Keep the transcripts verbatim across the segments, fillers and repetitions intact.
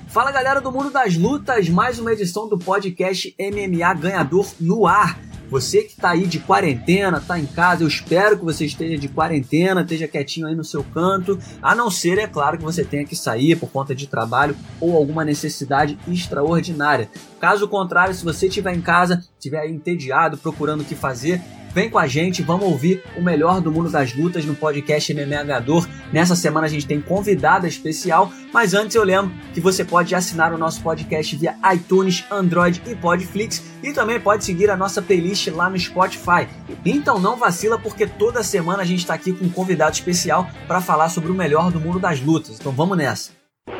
Fala galera do mundo das lutas, mais uma edição do podcast M M A Ganhador no ar. Você que tá aí de quarentena, tá em casa, eu espero que você esteja de quarentena, esteja quietinho aí no seu canto, a não ser, é claro, que você tenha que sair por conta de trabalho ou alguma necessidade extraordinária. Caso contrário, se você estiver em casa, estiver aí entediado, procurando o que fazer, vem com a gente, vamos ouvir o melhor do mundo das lutas no podcast M M A Ganhador. Nessa semana a gente tem convidada especial, mas antes eu lembro que você pode assinar o nosso podcast via iTunes, Android e Podflix e também pode seguir a nossa playlist lá no Spotify. Então não vacila, porque toda semana a gente está aqui com um convidado especial para falar sobre o melhor do mundo das lutas. Então vamos nessa!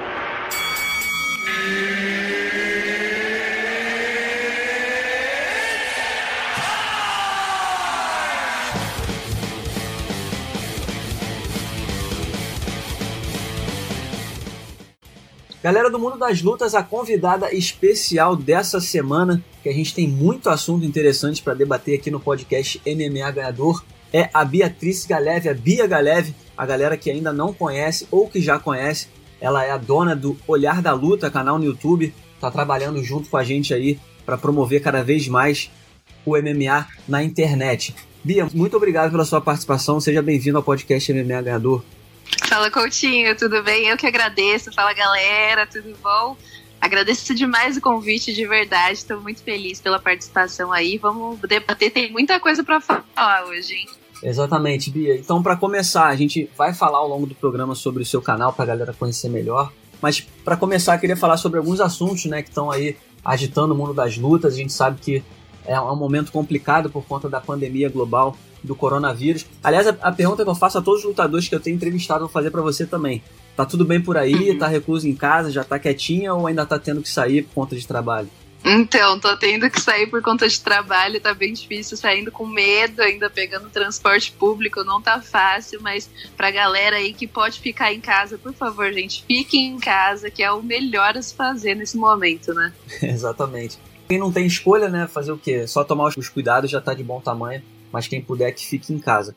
Galera do mundo das lutas, a convidada especial dessa semana, que a gente tem muito assunto interessante para debater aqui no podcast M M A Ganhador, é a Beatriz Galev, a Bia Galev. A galera que ainda não conhece ou que já conhece, ela é a dona do Olhar da Luta, canal no YouTube, está trabalhando junto com a gente aí para promover cada vez mais o M M A na internet. Bia, muito obrigado pela sua participação, seja bem-vindo ao podcast M M A Ganhador. Fala, Coutinho, tudo bem? Eu que agradeço. Fala, galera, tudo bom? Agradeço demais o convite, de verdade. Estou muito feliz pela participação aí. Vamos debater, tem muita coisa para falar hoje, hein? Exatamente, Bia. Então, para começar, a gente vai falar ao longo do programa sobre o seu canal para a galera conhecer melhor. Mas, para começar, eu queria falar sobre alguns assuntos, né, que estão aí agitando o mundo das lutas. A gente sabe que é um momento complicado por conta da pandemia global do coronavírus. Aliás, a, a pergunta que eu faço a todos os lutadores que eu tenho entrevistado, vou fazer pra você também. Tá tudo bem por aí? Uhum. Tá recluso em casa? Já tá quietinha ou ainda tá tendo que sair por conta de trabalho? Então, tô tendo que sair por conta de trabalho, tá bem difícil, saindo com medo, ainda pegando transporte público, não tá fácil, mas pra galera aí que pode ficar em casa, por favor, gente, fiquem em casa, que é o melhor a se fazer nesse momento, né? Exatamente. Quem não tem escolha, né, fazer o quê? Só tomar os cuidados já tá de bom tamanho. Mas quem puder que fique em casa.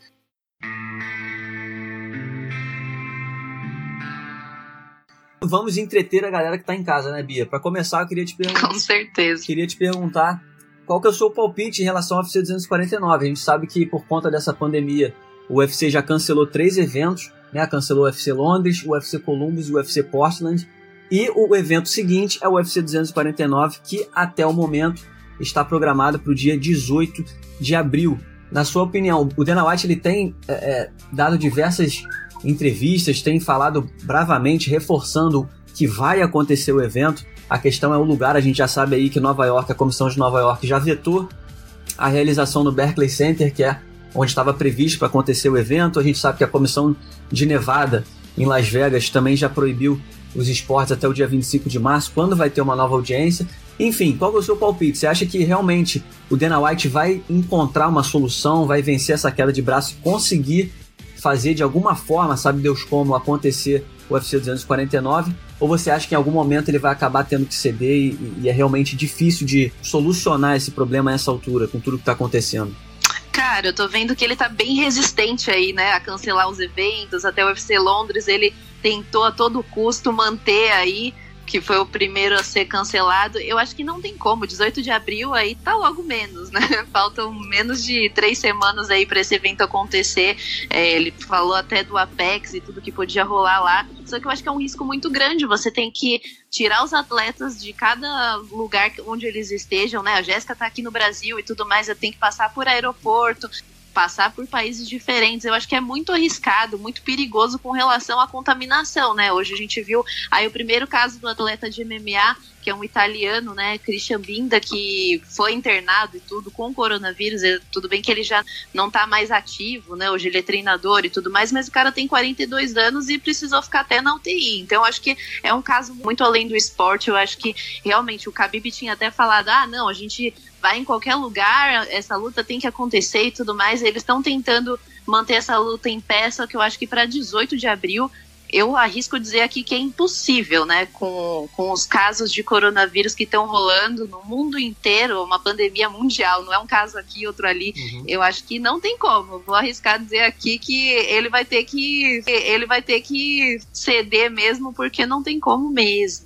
Vamos entreter a galera que está em casa, né, Bia? Para começar, eu queria te perguntar. Com certeza. Queria te perguntar qual que é o seu palpite em relação ao U F C duzentos e quarenta e nove. A gente sabe que por conta dessa pandemia, o U F C já cancelou três eventos, né? Cancelou o U F C Londres, o U F C Columbus e o U F C Portland. E o evento seguinte é o U F C duzentos e quarenta e nove, que até o momento está programado para o dia dezoito de abril. Na sua opinião, o Dana White ele tem é, é, dado diversas entrevistas, tem falado bravamente, reforçando que vai acontecer o evento. A questão é o lugar, a gente já sabe aí que Nova York, a Comissão de Nova York já vetou a realização no Barclays Center, que é onde estava previsto para acontecer o evento. A gente sabe que a Comissão de Nevada, em Las Vegas, também já proibiu os esportes até o dia vinte e cinco de março, quando vai ter uma nova audiência. Enfim, qual é o seu palpite? Você acha que realmente o Dana White vai encontrar uma solução, vai vencer essa queda de braço e conseguir fazer de alguma forma, sabe Deus como, acontecer o U F C duzentos e quarenta e nove? Ou você acha que em algum momento ele vai acabar tendo que ceder e, e é realmente difícil de solucionar esse problema a essa altura, com tudo que está acontecendo? Cara, eu tô vendo que ele tá bem resistente aí, né, a cancelar os eventos. Até o U F C Londres ele tentou a todo custo manter aí, que foi o primeiro a ser cancelado. Eu acho que não tem como, dezoito de abril aí tá logo menos, né? Faltam menos de três semanas aí para esse evento acontecer. É, ele falou até do Apex e tudo que podia rolar lá, só que eu acho que é um risco muito grande. Você tem que tirar os atletas de cada lugar onde eles estejam, né? A Jéssica tá aqui no Brasil e tudo mais, eu tenho que passar por aeroporto, passar por países diferentes. Eu acho que é muito arriscado, muito perigoso com relação à contaminação, né? Hoje a gente viu aí o primeiro caso do atleta de M M A, que é um italiano, né, Christian Binda, que foi internado e tudo com coronavírus. Tudo bem que ele já não tá mais ativo, né? Hoje ele é treinador e tudo mais, mas o cara tem quarenta e dois anos e precisou ficar até na U T I. Então eu acho que é um caso muito além do esporte. Eu acho que realmente o Khabib tinha até falado, ah, não, a gente vai em qualquer lugar, essa luta tem que acontecer e tudo mais. Eles estão tentando manter essa luta em pé, só que eu acho que para dezoito de abril eu arrisco dizer aqui que é impossível, né, com, com os casos de coronavírus que estão rolando no mundo inteiro, uma pandemia mundial, não é um caso aqui, outro ali. Uhum. Eu acho que não tem como. Eu vou arriscar dizer aqui que ele vai ter que ele vai ter que ceder mesmo, porque não tem como mesmo.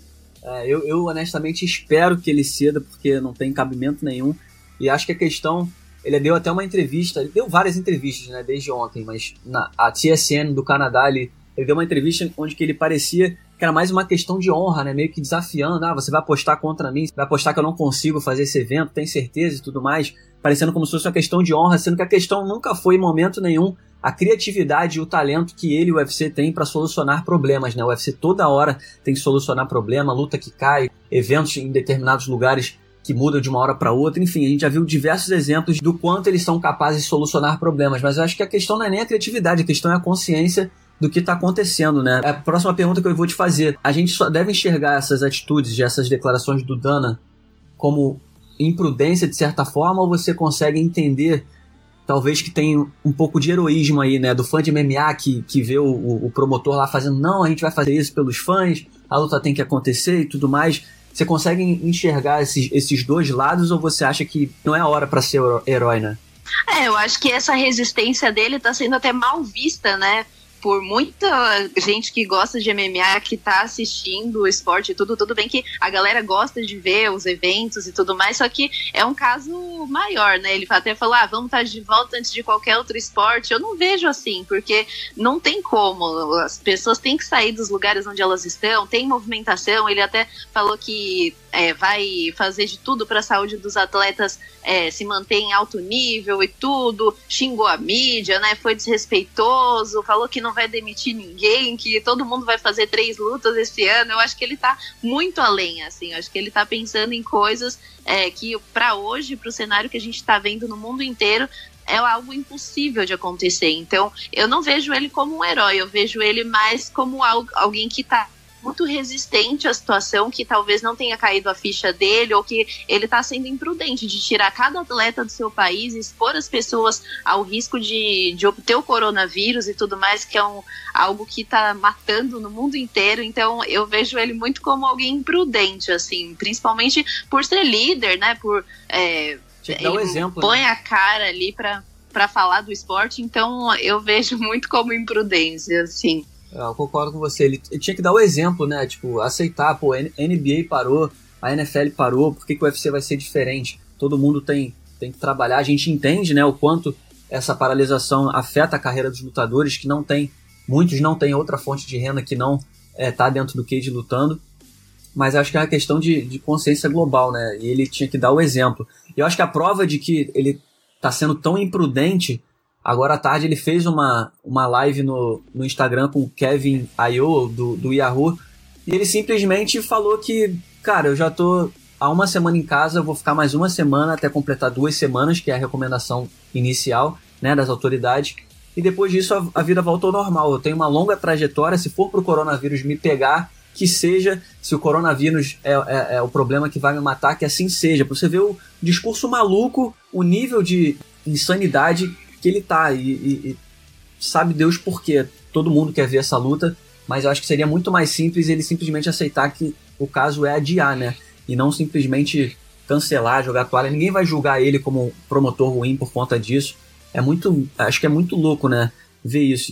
É, eu, eu honestamente espero que ele ceda, porque não tem cabimento nenhum. E acho que a questão... Ele deu até uma entrevista, ele deu várias entrevistas, né, desde ontem, mas na, a T S N do Canadá, ele, ele deu uma entrevista onde que ele parecia que era mais uma questão de honra, né, meio que desafiando, ah, você vai apostar contra mim, você vai apostar que eu não consigo fazer esse evento, tem certeza e tudo mais, parecendo como se fosse uma questão de honra, sendo que a questão nunca foi em momento nenhum a criatividade e o talento que ele e o U F C tem para solucionar problemas, né, o U F C toda hora tem que solucionar problema, luta que cai, eventos em determinados lugares que mudam de uma hora para outra, enfim, a gente já viu diversos exemplos do quanto eles são capazes de solucionar problemas, mas eu acho que a questão não é nem a criatividade, a questão é a consciência do que está acontecendo, né? A próxima pergunta que eu vou te fazer, a gente só deve enxergar essas atitudes e essas declarações do Dana como imprudência de certa forma, ou você consegue entender, talvez que tem um pouco de heroísmo aí, né? Do fã de M M A que, que vê o, o promotor lá fazendo, não, a gente vai fazer isso pelos fãs, a luta tem que acontecer e tudo mais. Você consegue enxergar esses, esses dois lados, ou você acha que não é a hora para ser herói, né? É, eu acho que essa resistência dele tá sendo até mal vista, né? Por muita gente que gosta de M M A, que tá assistindo o esporte e tudo, tudo bem que a galera gosta de ver os eventos e tudo mais, só que é um caso maior, né? Ele até falou, ah, vamos estar de volta antes de qualquer outro esporte. Eu não vejo assim, porque não tem como. As pessoas têm que sair dos lugares onde elas estão, tem movimentação. Ele até falou que é, vai fazer de tudo para a saúde dos atletas é, se manter em alto nível e tudo, xingou a mídia, né? Foi desrespeitoso, falou que não vai demitir ninguém, que todo mundo vai fazer três lutas esse ano. Eu acho que ele tá muito além, assim, eu acho que ele tá pensando em coisas é, que para hoje, para o cenário que a gente tá vendo no mundo inteiro, é algo impossível de acontecer. Então eu não vejo ele como um herói, eu vejo ele mais como alguém que tá muito resistente à situação, que talvez não tenha caído a ficha dele, ou que ele está sendo imprudente de tirar cada atleta do seu país, expor as pessoas ao risco de, de obter o coronavírus e tudo mais, que é um, algo que está matando no mundo inteiro. Então eu vejo ele muito como alguém imprudente, assim, principalmente por ser líder, né, por é, Tinha que dar um exemplo, põe né? a cara ali para para falar do esporte, então eu vejo muito como imprudência, assim. Eu concordo com você, ele, ele tinha que dar o exemplo, né, tipo, aceitar, pô, a N B A parou, a N F L parou, por que, que o U F C vai ser diferente? Todo mundo tem, tem que trabalhar, a gente entende, né, o quanto essa paralisação afeta a carreira dos lutadores, que não tem, muitos não têm outra fonte de renda que não é, tá dentro do cage lutando, mas acho que é uma questão de, de consciência global, né, e ele tinha que dar o exemplo. E eu acho que a prova de que ele tá sendo tão imprudente, agora à tarde ele fez uma, uma live no, no Instagram com o Kevin Ayo, do, do Yahoo, e ele simplesmente falou que, cara, eu já tô há uma semana em casa, eu vou ficar mais uma semana até completar duas semanas, que é a recomendação inicial, né, das autoridades, e depois disso a, a vida voltou ao normal. Eu tenho uma longa trajetória, se for pro coronavírus me pegar, que seja, se o coronavírus é, é, é o problema que vai me matar, que assim seja. Pra você ver o discurso maluco, o nível de insanidade que ele tá, e, e, e sabe Deus por quê. Todo mundo quer ver essa luta, mas eu acho que seria muito mais simples ele simplesmente aceitar que o caso é adiar, né, e não simplesmente cancelar, jogar a toalha. Ninguém vai julgar ele como um promotor ruim por conta disso. É muito, acho que é muito louco, né, ver isso.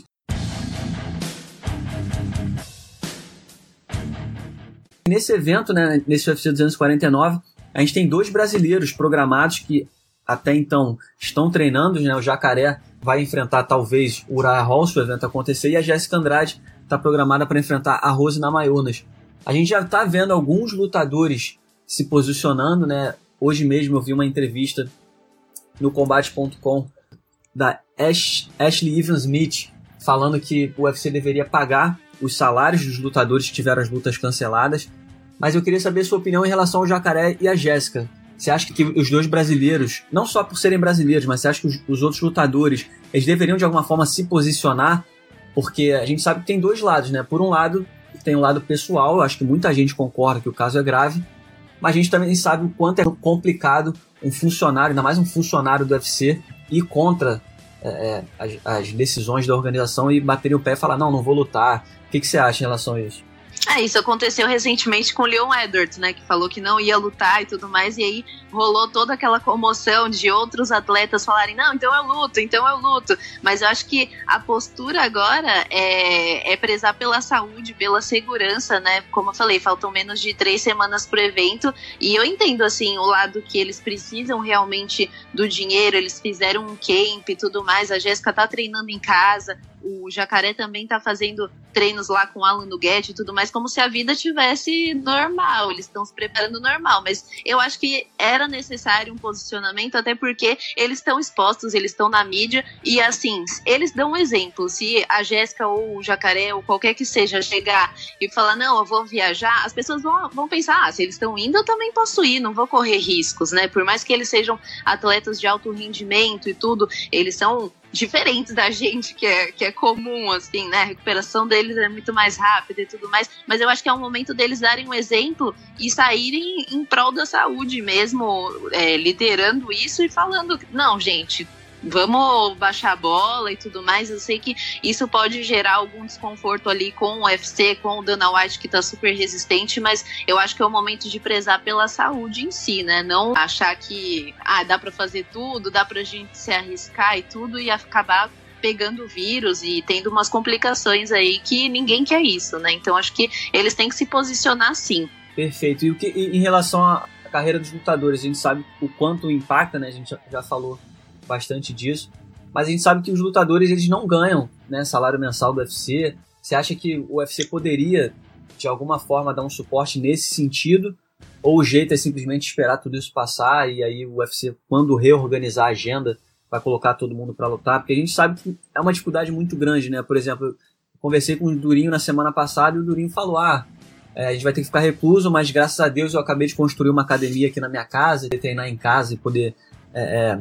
Nesse evento, né, nesse U F C duzentos e quarenta e nove, a gente tem dois brasileiros programados que até então estão treinando, né? O Jacaré vai enfrentar talvez o Uriah Hall se o evento acontecer, e a Jéssica Andrade está programada para enfrentar a Rose Namajunas. A gente já está vendo alguns lutadores se posicionando, né? Hoje mesmo eu vi uma entrevista no combate ponto com da Ash, Ashley Evans-Smith falando que o U F C deveria pagar os salários dos lutadores que tiveram as lutas canceladas, mas eu queria saber a sua opinião em relação ao Jacaré e a Jéssica. Você acha que os dois brasileiros, não só por serem brasileiros, mas você acha que os, os outros lutadores, eles deveriam de alguma forma se posicionar? Porque a gente sabe que tem dois lados, né? Por um lado, tem um lado pessoal, eu acho que muita gente concorda que o caso é grave, mas a gente também sabe o quanto é complicado um funcionário, ainda mais um funcionário do U F C, ir contra é, as, as decisões da organização e bater o pé e falar, não, não vou lutar. O que, que você acha em relação a isso? É, isso aconteceu recentemente com o Leon Edwards, né, que falou que não ia lutar e tudo mais, e aí rolou toda aquela comoção de outros atletas falarem, não, então eu luto, então eu luto, mas eu acho que a postura agora é, é prezar pela saúde, pela segurança, né, como eu falei, faltam menos de três semanas pro evento, e eu entendo, assim, o lado que eles precisam realmente do dinheiro, eles fizeram um camp e tudo mais, a Jéssica tá treinando em casa, o Jacaré também tá fazendo treinos lá com o Alan Nuguete e tudo mais, como se a vida tivesse normal, eles estão se preparando normal, mas eu acho que era necessário um posicionamento, até porque eles estão expostos, eles estão na mídia, e assim, eles dão um exemplo, se a Jéssica ou o Jacaré, ou qualquer que seja, chegar e falar, não, eu vou viajar, as pessoas vão, vão pensar, ah, se eles estão indo, eu também posso ir, não vou correr riscos, né, por mais que eles sejam atletas de alto rendimento e tudo, eles são diferentes da gente, que é, que é comum, assim, né, a recuperação deles é muito mais rápida e tudo mais, mas eu acho que é um momento deles darem um exemplo e saírem em prol da saúde mesmo, é, liderando isso e falando, não, gente, vamos baixar a bola e tudo mais. Eu sei que isso pode gerar algum desconforto ali com o U F C, com o Dana White, que tá super resistente, mas eu acho que é o momento de prezar pela saúde em si, né? Não achar que ah, dá pra fazer tudo, dá pra gente se arriscar e tudo e acabar pegando o vírus e tendo umas complicações aí que ninguém quer isso, né? Então acho que eles têm que se posicionar sim. Perfeito. E, o que, e em relação à carreira dos lutadores, a gente sabe o quanto impacta, né? A gente já falou bastante disso, mas a gente sabe que os lutadores eles não ganham, né, salário mensal do U F C. Você acha que o U F C poderia de alguma forma dar um suporte nesse sentido, ou o jeito é simplesmente esperar tudo isso passar e aí o U F C, quando reorganizar a agenda, vai colocar todo mundo para lutar? Porque a gente sabe que é uma dificuldade muito grande, né? Por exemplo, eu conversei com o Durinho na semana passada e o Durinho falou, ah, é, a gente vai ter que ficar recluso, mas graças a Deus eu acabei de construir uma academia aqui na minha casa, de treinar em casa e poder é, é,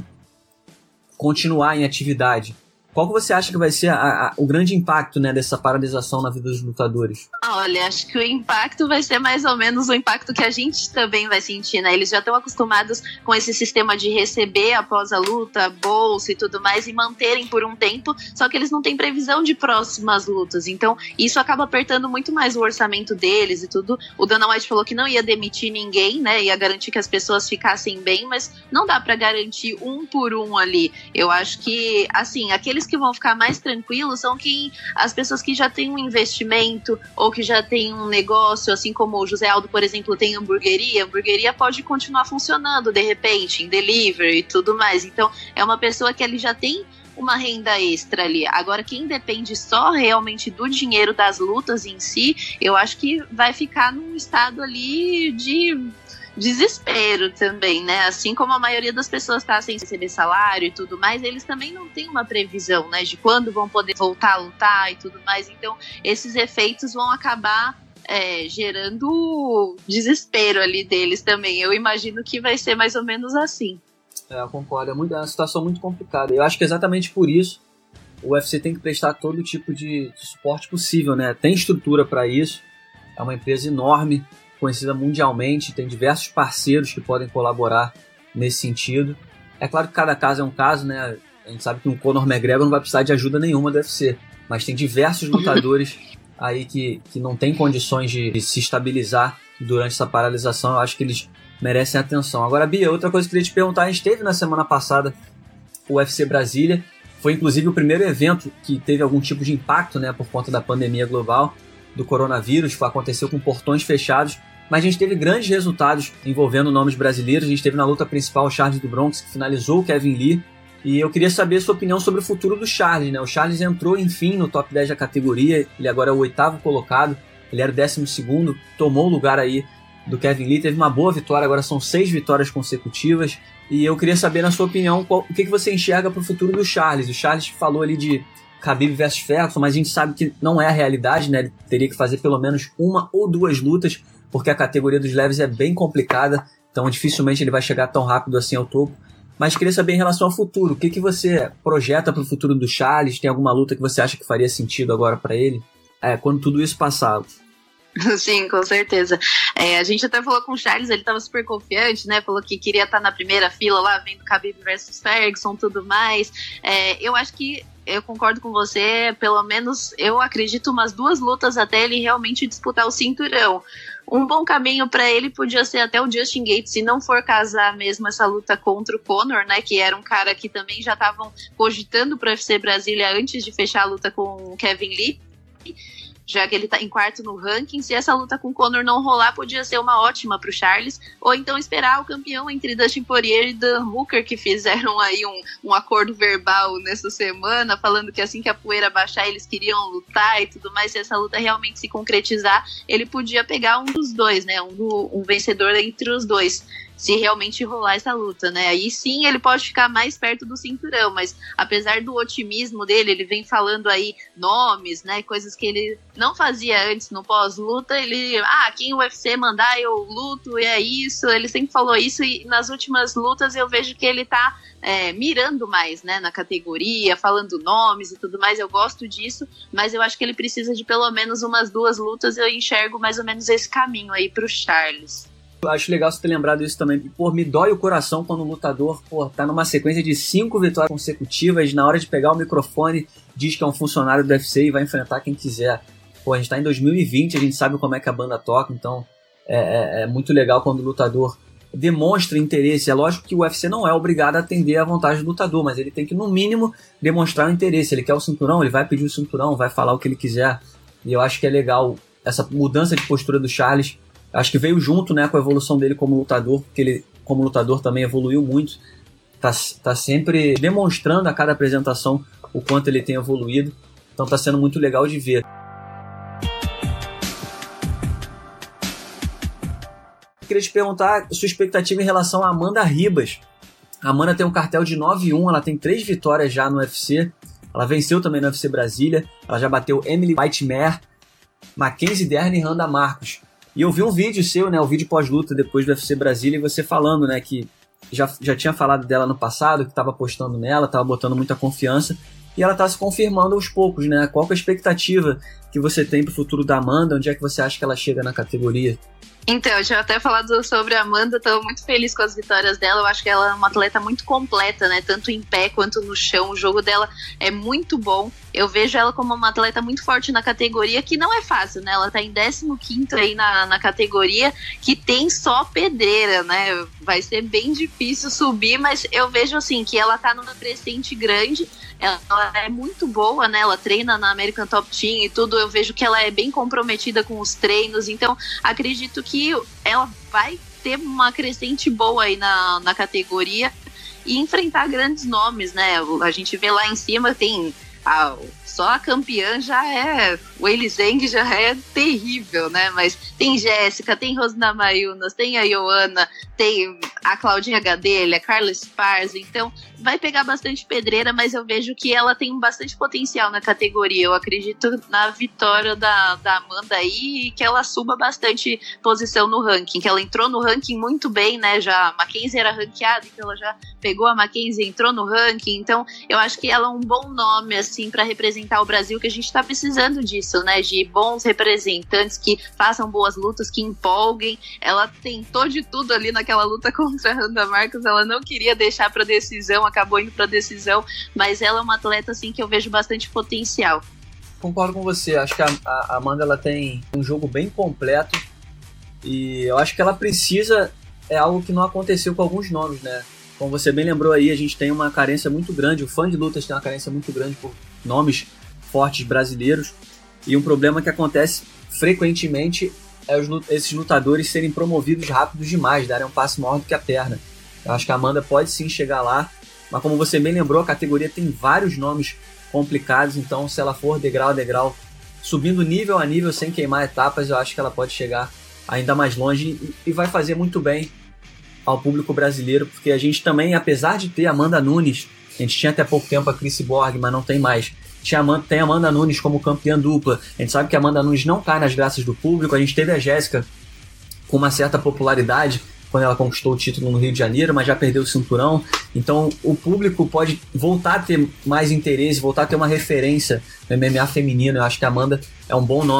continuar em atividade. Qual que você acha que vai ser a, a, o grande impacto, né, dessa paralisação na vida dos lutadores? Olha, acho que o impacto vai ser mais ou menos o impacto que a gente também vai sentir, né? Eles já estão acostumados com esse sistema de receber após a luta, bolsa e tudo mais, e manterem por um tempo, só que eles não têm previsão de próximas lutas. Então, isso acaba apertando muito mais o orçamento deles e tudo. O Dana White falou que não ia demitir ninguém, né? Ia garantir que as pessoas ficassem bem, mas não dá pra garantir um por um ali. Eu acho que, assim, aqueles que vão ficar mais tranquilos são que as pessoas que já têm um investimento ou que já têm um negócio, assim como o José Aldo, por exemplo, tem hamburgueria, a hamburgueria pode continuar funcionando de repente, em delivery e tudo mais. Então é uma pessoa que ele já tem uma renda extra ali. Agora, quem depende só realmente do dinheiro das lutas em si, eu acho que vai ficar num estado ali de desespero também, né? Assim como a maioria das pessoas está sem receber salário e tudo mais, eles também não têm uma previsão, né, de quando vão poder voltar a lutar e tudo mais. Então, esses efeitos vão acabar é, gerando desespero ali deles também. Eu imagino que vai ser mais ou menos assim. É, eu concordo. É, muito, é uma situação muito complicada. Eu acho que exatamente por isso o U F C tem que prestar todo tipo de, de suporte possível, né? Tem estrutura para isso. É uma empresa enorme, conhecida mundialmente, tem diversos parceiros que podem colaborar nesse sentido. É claro que cada caso é um caso, né? A gente sabe que um Conor McGregor não vai precisar de ajuda nenhuma do U F C, mas tem diversos lutadores aí que, que não têm condições de, de se estabilizar durante essa paralisação. Eu acho que eles merecem atenção. Agora, Bia, outra coisa que eu queria te perguntar, a gente teve na semana passada o U F C Brasília, foi inclusive o primeiro evento que teve algum tipo de impacto, né, por conta da pandemia global do coronavírus, que aconteceu com portões fechados. Mas a gente teve grandes resultados envolvendo nomes brasileiros. A gente teve na luta principal o Charles do Bronx, que finalizou o Kevin Lee. E eu queria saber a sua opinião sobre o futuro do Charles, né? O Charles entrou, enfim, no top dez da categoria. Ele agora é o oitavo colocado. Ele era o décimo segundo, tomou o lugar aí do Kevin Lee. Teve uma boa vitória, agora são seis vitórias consecutivas. E eu queria saber, na sua opinião, qual, o que, que você enxerga para o futuro do Charles. O Charles falou ali de Khabib versus Ferguson, mas a gente sabe que não é a realidade, né? Ele teria que fazer pelo menos uma ou duas lutas, porque a categoria dos leves é bem complicada, então dificilmente ele vai chegar tão rápido assim ao topo. Mas queria saber em relação ao futuro, o que, que você projeta para o futuro do Charles? Tem alguma luta que você acha que faria sentido agora para ele? É, quando tudo isso passar. Sim, com certeza. É, a gente até falou com o Charles, ele tava super confiante, né? Falou que queria estar na primeira fila lá, vendo Khabib versus Ferguson, tudo mais. É, eu acho que eu concordo com você, pelo menos eu acredito umas duas lutas até ele realmente disputar o cinturão. Um bom caminho para ele podia ser até o Justin Gaethje, se não for casar mesmo essa luta contra o Conor, né, que era um cara que também já estavam cogitando para o U F C Brasília antes de fechar a luta com o Kevin Lee, já que ele tá em quarto no ranking. Se essa luta com o Conor não rolar, podia ser uma ótima pro Charles, ou então esperar o campeão entre Dustin Poirier e Dan Hooker, que fizeram aí um, um acordo verbal nessa semana, falando que assim que a poeira baixar, eles queriam lutar e tudo mais. Se essa luta realmente se concretizar, ele podia pegar um dos dois, né, um, do, um vencedor entre os dois, se realmente rolar essa luta, né? Aí sim ele pode ficar mais perto do cinturão, mas apesar do otimismo dele, ele vem falando aí nomes, né? Coisas que ele não fazia antes no pós-luta. Ele, ah, quem o U F C mandar eu luto, e é isso. Ele sempre falou isso, e nas últimas lutas eu vejo que ele tá é, mirando mais, né? Na categoria, falando nomes e tudo mais. Eu gosto disso, mas eu acho que ele precisa de pelo menos umas duas lutas. Eu enxergo mais ou menos esse caminho aí pro Charles. Eu acho legal você ter lembrado isso também. Pô, me dói o coração quando o lutador, pô, tá numa sequência de cinco vitórias consecutivas, na hora de pegar o microfone, diz que é um funcionário do U F C e vai enfrentar quem quiser. Pô, a gente tá em dois mil e vinte, a gente sabe como é que a banda toca, então é, é, é muito legal quando o lutador demonstra interesse. É lógico que o U F C não é obrigado a atender à vontade do lutador, mas ele tem que, no mínimo, demonstrar o interesse. Ele quer o cinturão, ele vai pedir o cinturão, vai falar o que ele quiser. E eu acho que é legal essa mudança de postura do Charles. Acho que veio junto, né, com a evolução dele como lutador, porque ele, como lutador, também evoluiu muito. Tá, tá sempre demonstrando a cada apresentação o quanto ele tem evoluído. Então tá sendo muito legal de ver. Eu queria te perguntar a sua expectativa em relação a Amanda Ribas. A Amanda tem um cartel de nove e um, ela tem três vitórias já no U F C. Ela venceu também no U F C Brasília. Ela já bateu Emily Whitemare, Mackenzie Dern e Randa Marcos. E eu vi um vídeo seu, né, o vídeo pós-luta depois do U F C Brasília, e você falando, né, que já, já tinha falado dela no passado, que estava apostando nela, estava botando muita confiança, e ela está se confirmando aos poucos, né? Qual que é a expectativa que você tem para o futuro da Amanda? Onde é que você acha que ela chega na categoria? Então, eu tinha até falado sobre a Amanda, estou muito feliz com as vitórias dela. Eu acho que ela é uma atleta muito completa, né? Tanto em pé quanto no chão. O jogo dela é muito bom. Eu vejo ela como uma atleta muito forte na categoria, que não é fácil, né? Ela tá em décimo quinto aí na, na categoria, que tem só pedreira, né? Vai ser bem difícil subir, mas eu vejo assim que ela tá numa crescente grande. Ela, ela é muito boa, né? Ela treina na American Top Team e tudo. Eu vejo que ela é bem comprometida com os treinos. Então, acredito que ela vai ter uma crescente boa aí na, na categoria e enfrentar grandes nomes, né? A gente vê lá em cima, tem a, só a campeã já é, o Weili Zhang já é terrível, né? Mas tem Jéssica, tem Rosna Mayunas, tem a Ioana, tem a Claudinha Gadelha, a Carla Esparza. Então vai pegar bastante pedreira, mas eu vejo que ela tem bastante potencial na categoria. Eu acredito na vitória da, da Amanda aí, e que ela suba bastante posição no ranking, que ela entrou no ranking muito bem, né? Já a Mackenzie era ranqueada, então ela já pegou a Mackenzie e entrou no ranking. Então eu acho que ela é um bom nome assim para representar o Brasil, que a gente está precisando disso, né? De bons representantes que façam boas lutas, que empolguem. Ela tentou de tudo ali naquela luta contra a Randa Marcos, ela não queria deixar para decisão, acabou indo para decisão, mas ela é uma atleta assim que eu vejo bastante potencial. Concordo com você, acho que a, a Amanda ela tem um jogo bem completo e eu acho que ela precisa, é algo que não aconteceu com alguns nomes, né? Como você bem lembrou aí, a gente tem uma carência muito grande, o fã de lutas tem uma carência muito grande por nomes fortes brasileiros, e um problema que acontece frequentemente é os, esses lutadores serem promovidos rápidos demais, darem um passo maior do que a perna. Eu acho que a Amanda pode sim chegar lá, mas como você bem lembrou, a categoria tem vários nomes complicados, então se ela for degrau a degrau, subindo nível a nível sem queimar etapas, eu acho que ela pode chegar ainda mais longe e, e vai fazer muito bem ao público brasileiro, porque a gente também, apesar de ter Amanda Nunes, a gente tinha até pouco tempo a Cris Borg, mas não tem mais, tinha Amanda, tem Amanda Nunes como campeã dupla, a gente sabe que a Amanda Nunes não cai nas graças do público, a gente teve a Jéssica com uma certa popularidade quando ela conquistou o título no Rio de Janeiro, mas já perdeu o cinturão, então o público pode voltar a ter mais interesse, voltar a ter uma referência no M M A feminino. Eu acho que a Amanda é um bom nome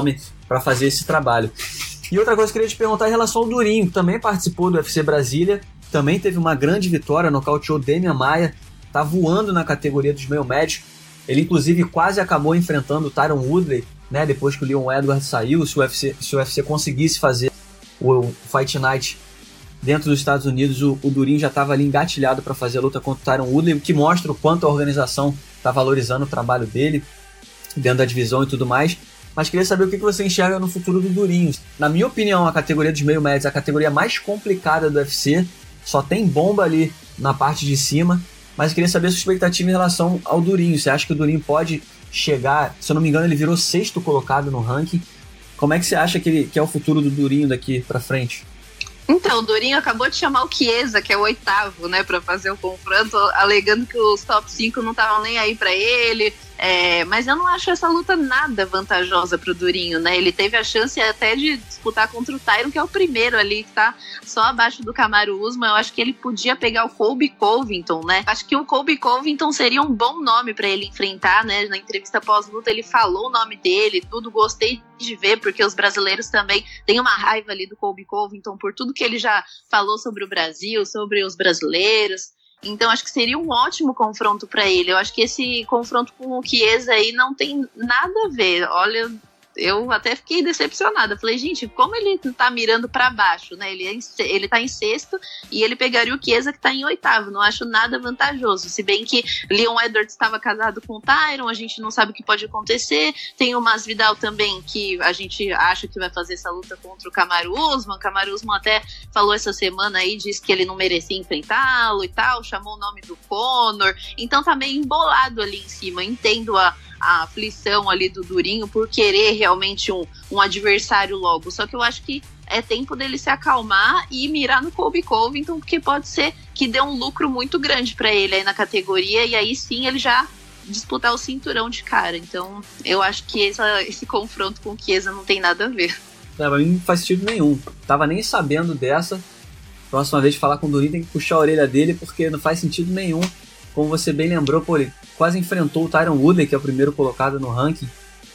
para fazer esse trabalho. E outra coisa que eu queria te perguntar em relação ao Durinho, que também participou do U F C Brasília, também teve uma grande vitória, nocauteou Demian Maia, tá voando na categoria dos meio médios. Ele inclusive quase acabou enfrentando o Tyron Woodley, né, depois que o Leon Edwards saiu. Se o U F C, se o U F C conseguisse fazer o Fight Night dentro dos Estados Unidos, o, o Durinho já estava ali engatilhado para fazer a luta contra o Tyron Woodley, o que mostra o quanto a organização está valorizando o trabalho dele dentro da divisão e tudo mais. Mas queria saber o que você enxerga no futuro do Durinho. Na minha opinião, a categoria dos meio médios é a categoria mais complicada do U F C, só tem bomba ali na parte de cima, mas eu queria saber a sua expectativa em relação ao Durinho. Você acha que o Durinho pode chegar, se eu não me engano ele virou sexto colocado no ranking, como é que você acha que, ele, que é o futuro do Durinho daqui pra frente? Então, o Durinho acabou de chamar o Chiesa, que é o oitavo, né, pra fazer o confronto, alegando que os top cinco não estavam nem aí pra ele. É, mas eu não acho essa luta nada vantajosa pro Durinho, né? Ele teve a chance até de disputar contra o Tyron, que é o primeiro ali, que tá só abaixo do Kamaru Usman. Eu acho que ele podia pegar o Colby Covington, né? Acho que o Colby Covington seria um bom nome pra ele enfrentar, né? Na entrevista pós-luta ele falou o nome dele, tudo, gostei de ver, porque os brasileiros também têm uma raiva ali do Colby Covington por tudo que ele já falou sobre o Brasil, sobre os brasileiros. Então acho que seria um ótimo confronto para ele. Eu acho que esse confronto com o Chiesa aí não tem nada a ver. Olha, eu até fiquei decepcionada. Falei, gente, como ele tá mirando para baixo, né? Ele, é em, ele tá em sexto e ele pegaria o Chiesa que tá em oitavo. Não acho nada vantajoso. Se bem que Leon Edwards estava casado com o Tyron, a gente não sabe o que pode acontecer. Tem o Masvidal também, que a gente acha que vai fazer essa luta contra o Kamaru Usman. O Kamaru Usman até falou essa semana aí, disse que ele não merecia enfrentá-lo e tal, chamou o nome do Conor. Então tá meio embolado ali em cima. Entendo a a aflição ali do Durinho por querer realmente um, um adversário logo, só que eu acho que é tempo dele se acalmar e mirar no Colby Covington, porque pode ser que dê um lucro muito grande para ele aí na categoria, e aí sim ele já disputar o cinturão de cara. Então eu acho que essa, esse confronto com o Chiesa não tem nada a ver. É, pra mim não faz sentido nenhum, tava nem sabendo dessa. Próxima vez de falar com o Durinho tem que puxar a orelha dele, porque não faz sentido nenhum. Como você bem lembrou, pô, ele quase enfrentou o Tyron Woodley, que é o primeiro colocado no ranking.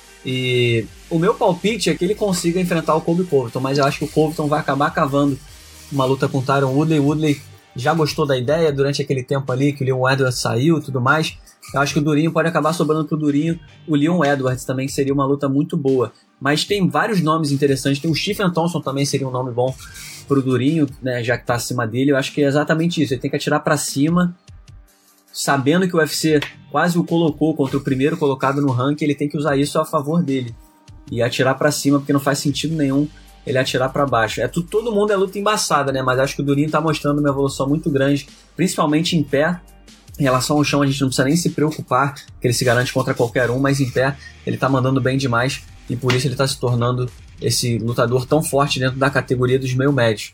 E o meu palpite é que ele consiga enfrentar o Colby Covington, mas eu acho que o Covington vai acabar cavando uma luta com o Tyron Woodley. O Woodley já gostou da ideia durante aquele tempo ali que o Leon Edwards saiu e tudo mais. Eu acho que o Durinho pode acabar sobrando pro Durinho. O Leon Edwards também seria uma luta muito boa. Mas tem vários nomes interessantes. Tem o Stephen Thompson também seria um nome bom pro Durinho, né, já que tá acima dele. Eu acho que é exatamente isso. Ele tem que atirar pra cima, sabendo que o U F C quase o colocou contra o primeiro colocado no ranking. Ele tem que usar isso a favor dele e atirar pra cima, porque não faz sentido nenhum ele atirar pra baixo. É, todo mundo é luta embaçada, né? Mas acho que o Durinho tá mostrando uma evolução muito grande, principalmente em pé. Em relação ao chão, a gente não precisa nem se preocupar, que ele se garante contra qualquer um, mas em pé ele tá mandando bem demais, e por isso ele tá se tornando esse lutador tão forte dentro da categoria dos meio médios.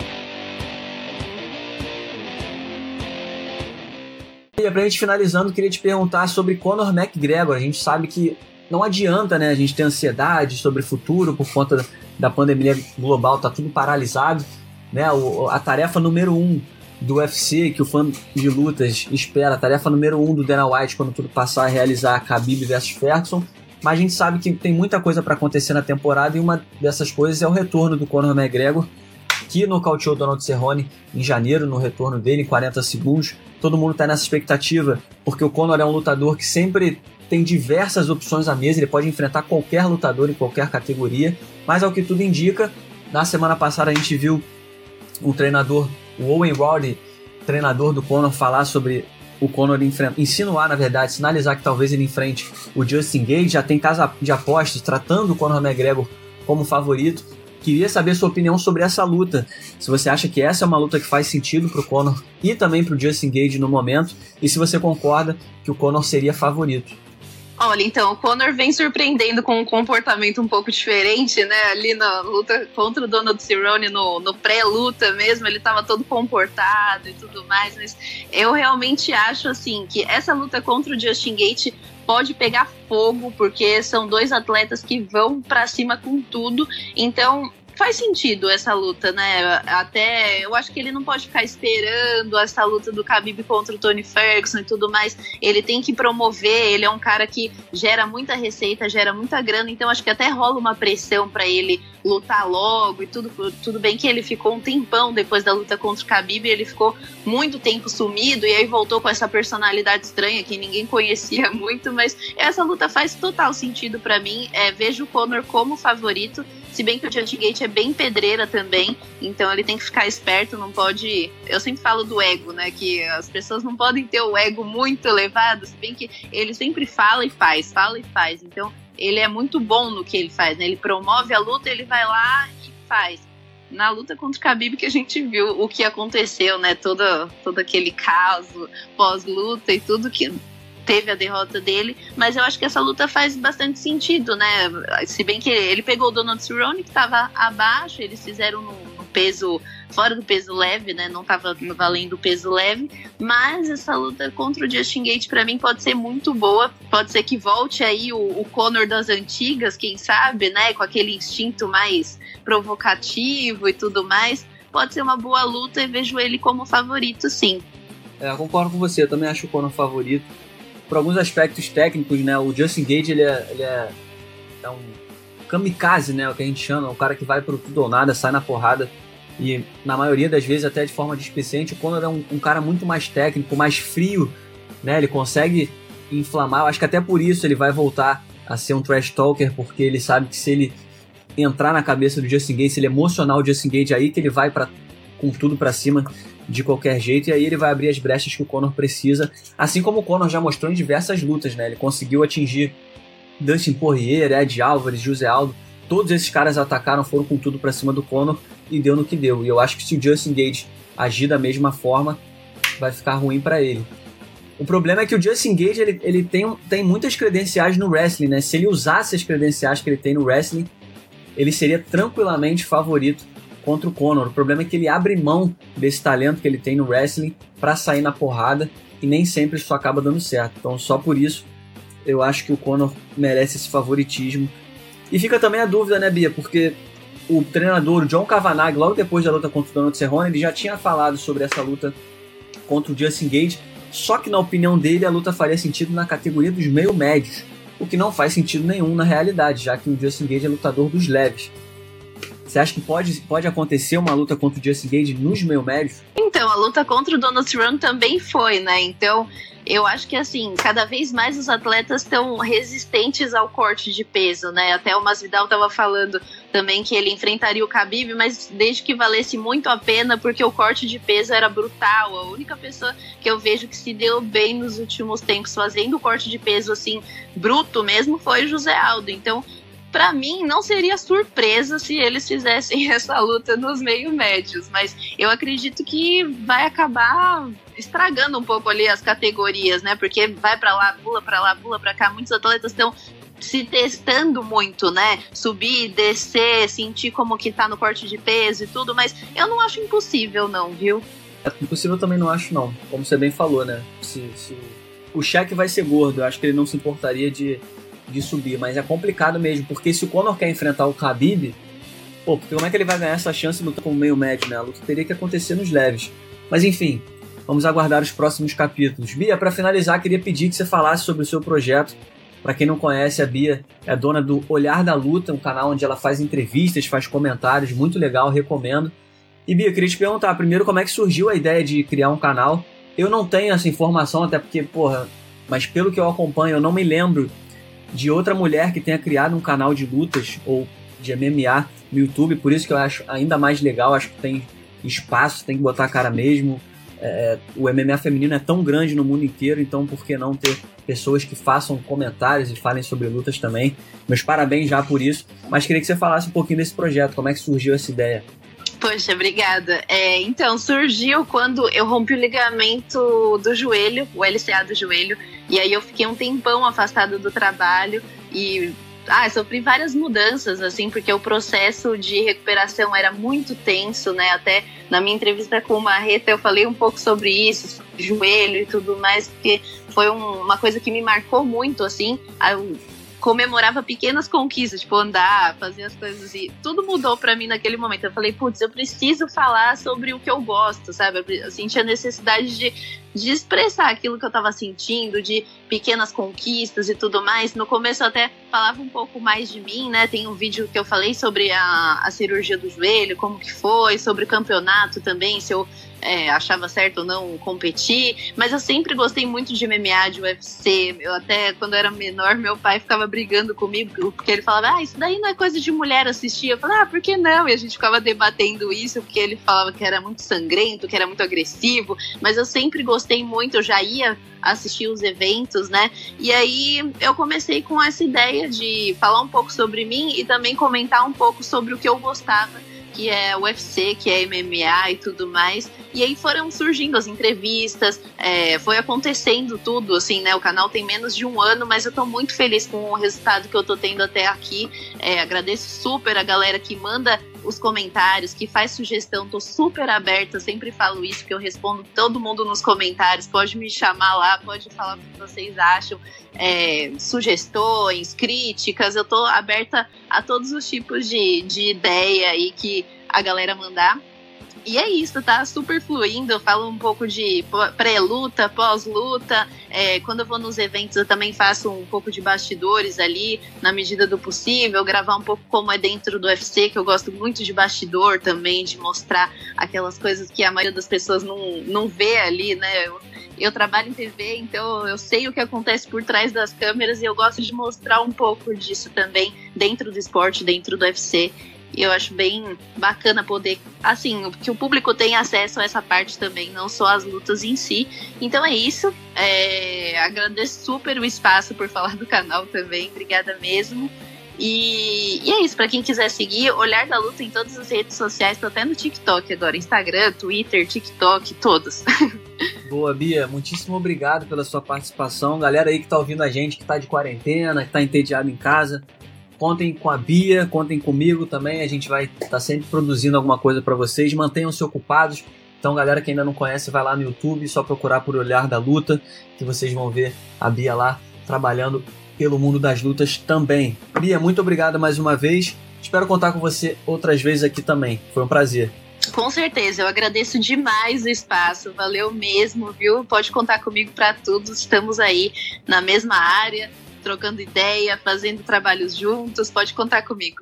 E pra gente finalizando, queria te perguntar sobre Conor McGregor. A gente sabe que não adianta, né, a gente ter ansiedade sobre o futuro por conta da pandemia global, tá tudo paralisado, né? O, a tarefa número um do U F C, que o fã de lutas espera, a tarefa número um do Dana White quando tudo passar, é realizar Khabib versus Ferguson. Mas a gente sabe que tem muita coisa para acontecer na temporada, e uma dessas coisas é o retorno do Conor McGregor, que nocauteou Donald Cerrone em janeiro, no retorno dele, em quarenta segundos. Todo mundo está nessa expectativa, porque o Conor é um lutador que sempre tem diversas opções à mesa, ele pode enfrentar qualquer lutador em qualquer categoria, mas ao que tudo indica, na semana passada a gente viu o treinador, o Owen Rowley, treinador do Conor, falar sobre o Conor enfrentar, insinuar, na verdade, sinalizar que talvez ele enfrente o Justin Gaethje. Já tem casa de apostas tratando o Conor McGregor como favorito. Queria saber sua opinião sobre essa luta, se você acha que essa é uma luta que faz sentido pro Conor e também pro Justin Gaethje no momento, e se você concorda que o Conor seria favorito. Olha, então, o Conor vem surpreendendo com um comportamento um pouco diferente, né? Ali na luta contra o Donald Cerrone, no, no pré-luta mesmo, ele tava todo comportado e tudo mais, mas eu realmente acho, assim, que essa luta contra o Justin Gaethje pode pegar fogo, porque são dois atletas que vão pra cima com tudo. Então, faz sentido essa luta, né? Até eu acho que ele não pode ficar esperando essa luta do Khabib contra o Tony Ferguson e tudo mais. Ele tem que promover, ele é um cara que gera muita receita, gera muita grana, então acho que até rola uma pressão pra ele lutar logo e tudo. Tudo bem que ele ficou um tempão depois da luta contra o Khabib, ele ficou muito tempo sumido e aí voltou com essa personalidade estranha que ninguém conhecia muito, mas essa luta faz total sentido pra mim. É, vejo o Conor como favorito, se bem que o Justin Gaethje é bem pedreira também, então ele tem que ficar esperto, não pode... Eu sempre falo do ego, né, que as pessoas não podem ter o ego muito elevado, se bem que ele sempre fala e faz, fala e faz, então ele é muito bom no que ele faz, né, ele promove a luta, ele vai lá e faz. Na luta contra o Khabib que a gente viu o que aconteceu, né, todo, todo aquele caso pós-luta e tudo que... teve a derrota dele, mas eu acho que essa luta faz bastante sentido, né? Se bem que ele pegou o Donald Cerrone, que estava abaixo, eles fizeram no, no peso, fora do peso leve, né? Não estava valendo o peso leve, mas essa luta contra o Justin Gaethje, para mim, pode ser muito boa. Pode ser que volte aí o, o Conor das antigas, quem sabe, né? Com aquele instinto mais provocativo e tudo mais. Pode ser uma boa luta e vejo ele como favorito, sim. É, eu concordo com você, eu também acho o Conor favorito. Por alguns aspectos técnicos, né, o Justin Gaethje, ele é, ele é, é um kamikaze, né, o que a gente chama, é um cara que vai pro tudo ou nada, sai na porrada, e na maioria das vezes até de forma displicente. O Conor é um, um cara muito mais técnico, mais frio, né, ele consegue inflamar, eu acho que até por isso ele vai voltar a ser um trash talker, porque ele sabe que se ele entrar na cabeça do Justin Gaethje, se ele emocionar o Justin Gaethje, aí que ele vai pra, com tudo pra cima, de qualquer jeito, e aí ele vai abrir as brechas que o Conor precisa, assim como o Conor já mostrou em diversas lutas, né? Ele conseguiu atingir Dustin Poirier, Ed Álvares, José Aldo, todos esses caras atacaram, foram com tudo pra cima do Conor e deu no que deu. E eu acho que se o Justin Gaethje agir da mesma forma, vai ficar ruim pra ele. O problema é que o Justin Gaethje, ele, ele tem, tem muitas credenciais no wrestling, né? Se ele usasse as credenciais que ele tem no wrestling, ele seria tranquilamente favorito contra o Conor. O problema é que ele abre mão desse talento que ele tem no wrestling para sair na porrada e nem sempre isso acaba dando certo. Então só por isso eu acho que o Conor merece esse favoritismo. E fica também a dúvida, né, Bia? Porque o treinador John Kavanagh, logo depois da luta contra o Donald Cerrone, ele já tinha falado sobre essa luta contra o Justin Gaethje, só que na opinião dele a luta faria sentido na categoria dos meio médios, o que não faz sentido nenhum na realidade, já que o Justin Gaethje é lutador dos leves. Você acha que pode, pode acontecer uma luta contra o Justin Gaethje nos meio médios? Então, a luta contra o Donald Cerrone também foi, né? Então, eu acho que, assim, cada vez mais os atletas estão resistentes ao corte de peso, né? Até o Masvidal estava falando também que ele enfrentaria o Khabib, mas desde que valesse muito a pena, porque o corte de peso era brutal. A única pessoa que eu vejo que se deu bem nos últimos tempos fazendo o corte de peso, assim, bruto mesmo, foi o José Aldo. Então, pra mim, não seria surpresa se eles fizessem essa luta nos meio médios, mas eu acredito que vai acabar estragando um pouco ali as categorias, né? Porque vai pra lá, pula pra lá, pula pra cá. Muitos atletas estão se testando muito, né? Subir, descer, sentir como que tá no corte de peso e tudo, mas eu não acho impossível não, viu? É impossível também não acho não, como você bem falou, né? Se, se... O cheque vai ser gordo, eu acho que ele não se importaria de de subir, mas é complicado mesmo, porque se o Conor quer enfrentar o Khabib, pô, como é que ele vai ganhar essa chance de lutar com o meio médio, né? A luta teria que acontecer nos leves. Mas enfim, vamos aguardar os próximos capítulos. Bia, para finalizar, queria pedir que você falasse sobre o seu projeto. Para quem não conhece, a Bia é dona do Olhar da Luta, um canal onde ela faz entrevistas, faz comentários, muito legal, recomendo. E Bia, eu queria te perguntar, primeiro, como é que surgiu a ideia de criar um canal? Eu não tenho essa informação, até porque, porra, mas pelo que eu acompanho, eu não me lembro de outra mulher que tenha criado um canal de lutas ou de M M A no YouTube, por isso que eu acho ainda mais legal, acho que tem espaço, tem que botar a cara mesmo. É, o M M A feminino é tão grande no mundo inteiro, então por que não ter pessoas que façam comentários e falem sobre lutas também? Meus parabéns já por isso, mas queria que você falasse um pouquinho desse projeto, como é que surgiu essa ideia? Poxa, obrigada. É, então, surgiu quando eu rompi o ligamento do joelho, o L C A do joelho, e aí eu fiquei um tempão afastada do trabalho e ah, sofri várias mudanças, assim, porque o processo de recuperação era muito tenso, né? Até na minha entrevista com o Marreta eu falei um pouco sobre isso, sobre joelho e tudo mais, porque foi um, uma coisa que me marcou muito, assim. Eu comemorava pequenas conquistas, tipo andar, fazer as coisas e tudo mudou pra mim naquele momento. Eu falei, putz, eu preciso falar sobre o que eu gosto, sabe? Eu senti a necessidade de, de expressar aquilo que eu tava sentindo, de pequenas conquistas e tudo mais. No começo eu até falava um pouco mais de mim, né? Tem um vídeo que eu falei sobre a, a cirurgia do joelho, como que foi, sobre o campeonato também, se eu É, achava certo ou não competir, mas eu sempre gostei muito de M M A, de U F C. Eu até, quando eu era menor, meu pai ficava brigando comigo, porque ele falava, ah, isso daí não é coisa de mulher assistir. Eu falava, ah, por que não? E a gente ficava debatendo isso, porque ele falava que era muito sangrento, que era muito agressivo, mas eu sempre gostei muito, eu já ia assistir os eventos, né? E aí eu comecei com essa ideia de falar um pouco sobre mim e também comentar um pouco sobre o que eu gostava, que é o U F C, que é M M A e tudo mais. E aí foram surgindo as entrevistas, é, foi acontecendo tudo, assim, né? O canal tem menos de um ano, mas eu tô muito feliz com o resultado que eu tô tendo até aqui. É, agradeço super a galera que manda os comentários, que faz sugestão, tô super aberta, sempre falo isso, que eu respondo todo mundo nos comentários, pode me chamar lá, pode falar o que vocês acham, é, sugestões, críticas, eu tô aberta a todos os tipos de, de ideia aí que a galera mandar. E é isso, tá super fluindo, eu falo um pouco de pré-luta, pós-luta, é, quando eu vou nos eventos eu também faço um pouco de bastidores ali, na medida do possível, gravar um pouco como é dentro do U F C, que eu gosto muito de bastidor também, de mostrar aquelas coisas que a maioria das pessoas não, não vê ali, né, eu, eu trabalho em T V, então eu sei o que acontece por trás das câmeras e eu gosto de mostrar um pouco disso também dentro do esporte, dentro do U F C. E eu acho bem bacana poder, assim, que o público tenha acesso a essa parte também, não só as lutas em si. Então é isso, é, agradeço super o espaço por falar do canal também, obrigada mesmo. E, e é isso, pra quem quiser seguir, Olhar da Luta em todas as redes sociais, tô até no TikTok agora, Instagram, Twitter, TikTok, todos. Boa, Bia, muitíssimo obrigado pela sua participação. Galera aí que tá ouvindo a gente, que tá de quarentena, que tá entediado em casa, contem com a Bia, contem comigo também, a gente vai estar tá sempre produzindo alguma coisa para vocês, mantenham-se ocupados. Então, galera que ainda não conhece, vai lá no YouTube, só procurar por Olhar da Luta, que vocês vão ver a Bia lá trabalhando pelo mundo das lutas também. Bia, muito obrigado mais uma vez, espero contar com você outras vezes aqui também, foi um prazer. Com certeza, eu agradeço demais o espaço, valeu mesmo, viu? Pode contar comigo para tudo, estamos aí na mesma área, trocando ideia, fazendo trabalhos juntos, pode contar comigo.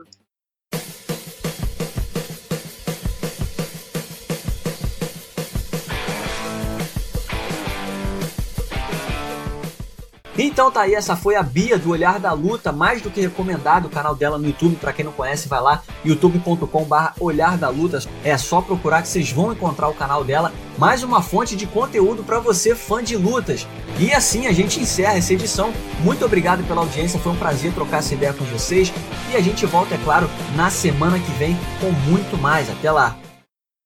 Então tá aí, essa foi a Bia do Olhar da Luta, mais do que recomendado, o canal dela no YouTube, pra quem não conhece, vai lá, youtube ponto com barra Olhar da Luta, é só procurar que vocês vão encontrar o canal dela, mais uma fonte de conteúdo pra você fã de lutas. E assim a gente encerra essa edição, muito obrigado pela audiência, foi um prazer trocar essa ideia com vocês, e a gente volta, é claro, na semana que vem com muito mais, até lá!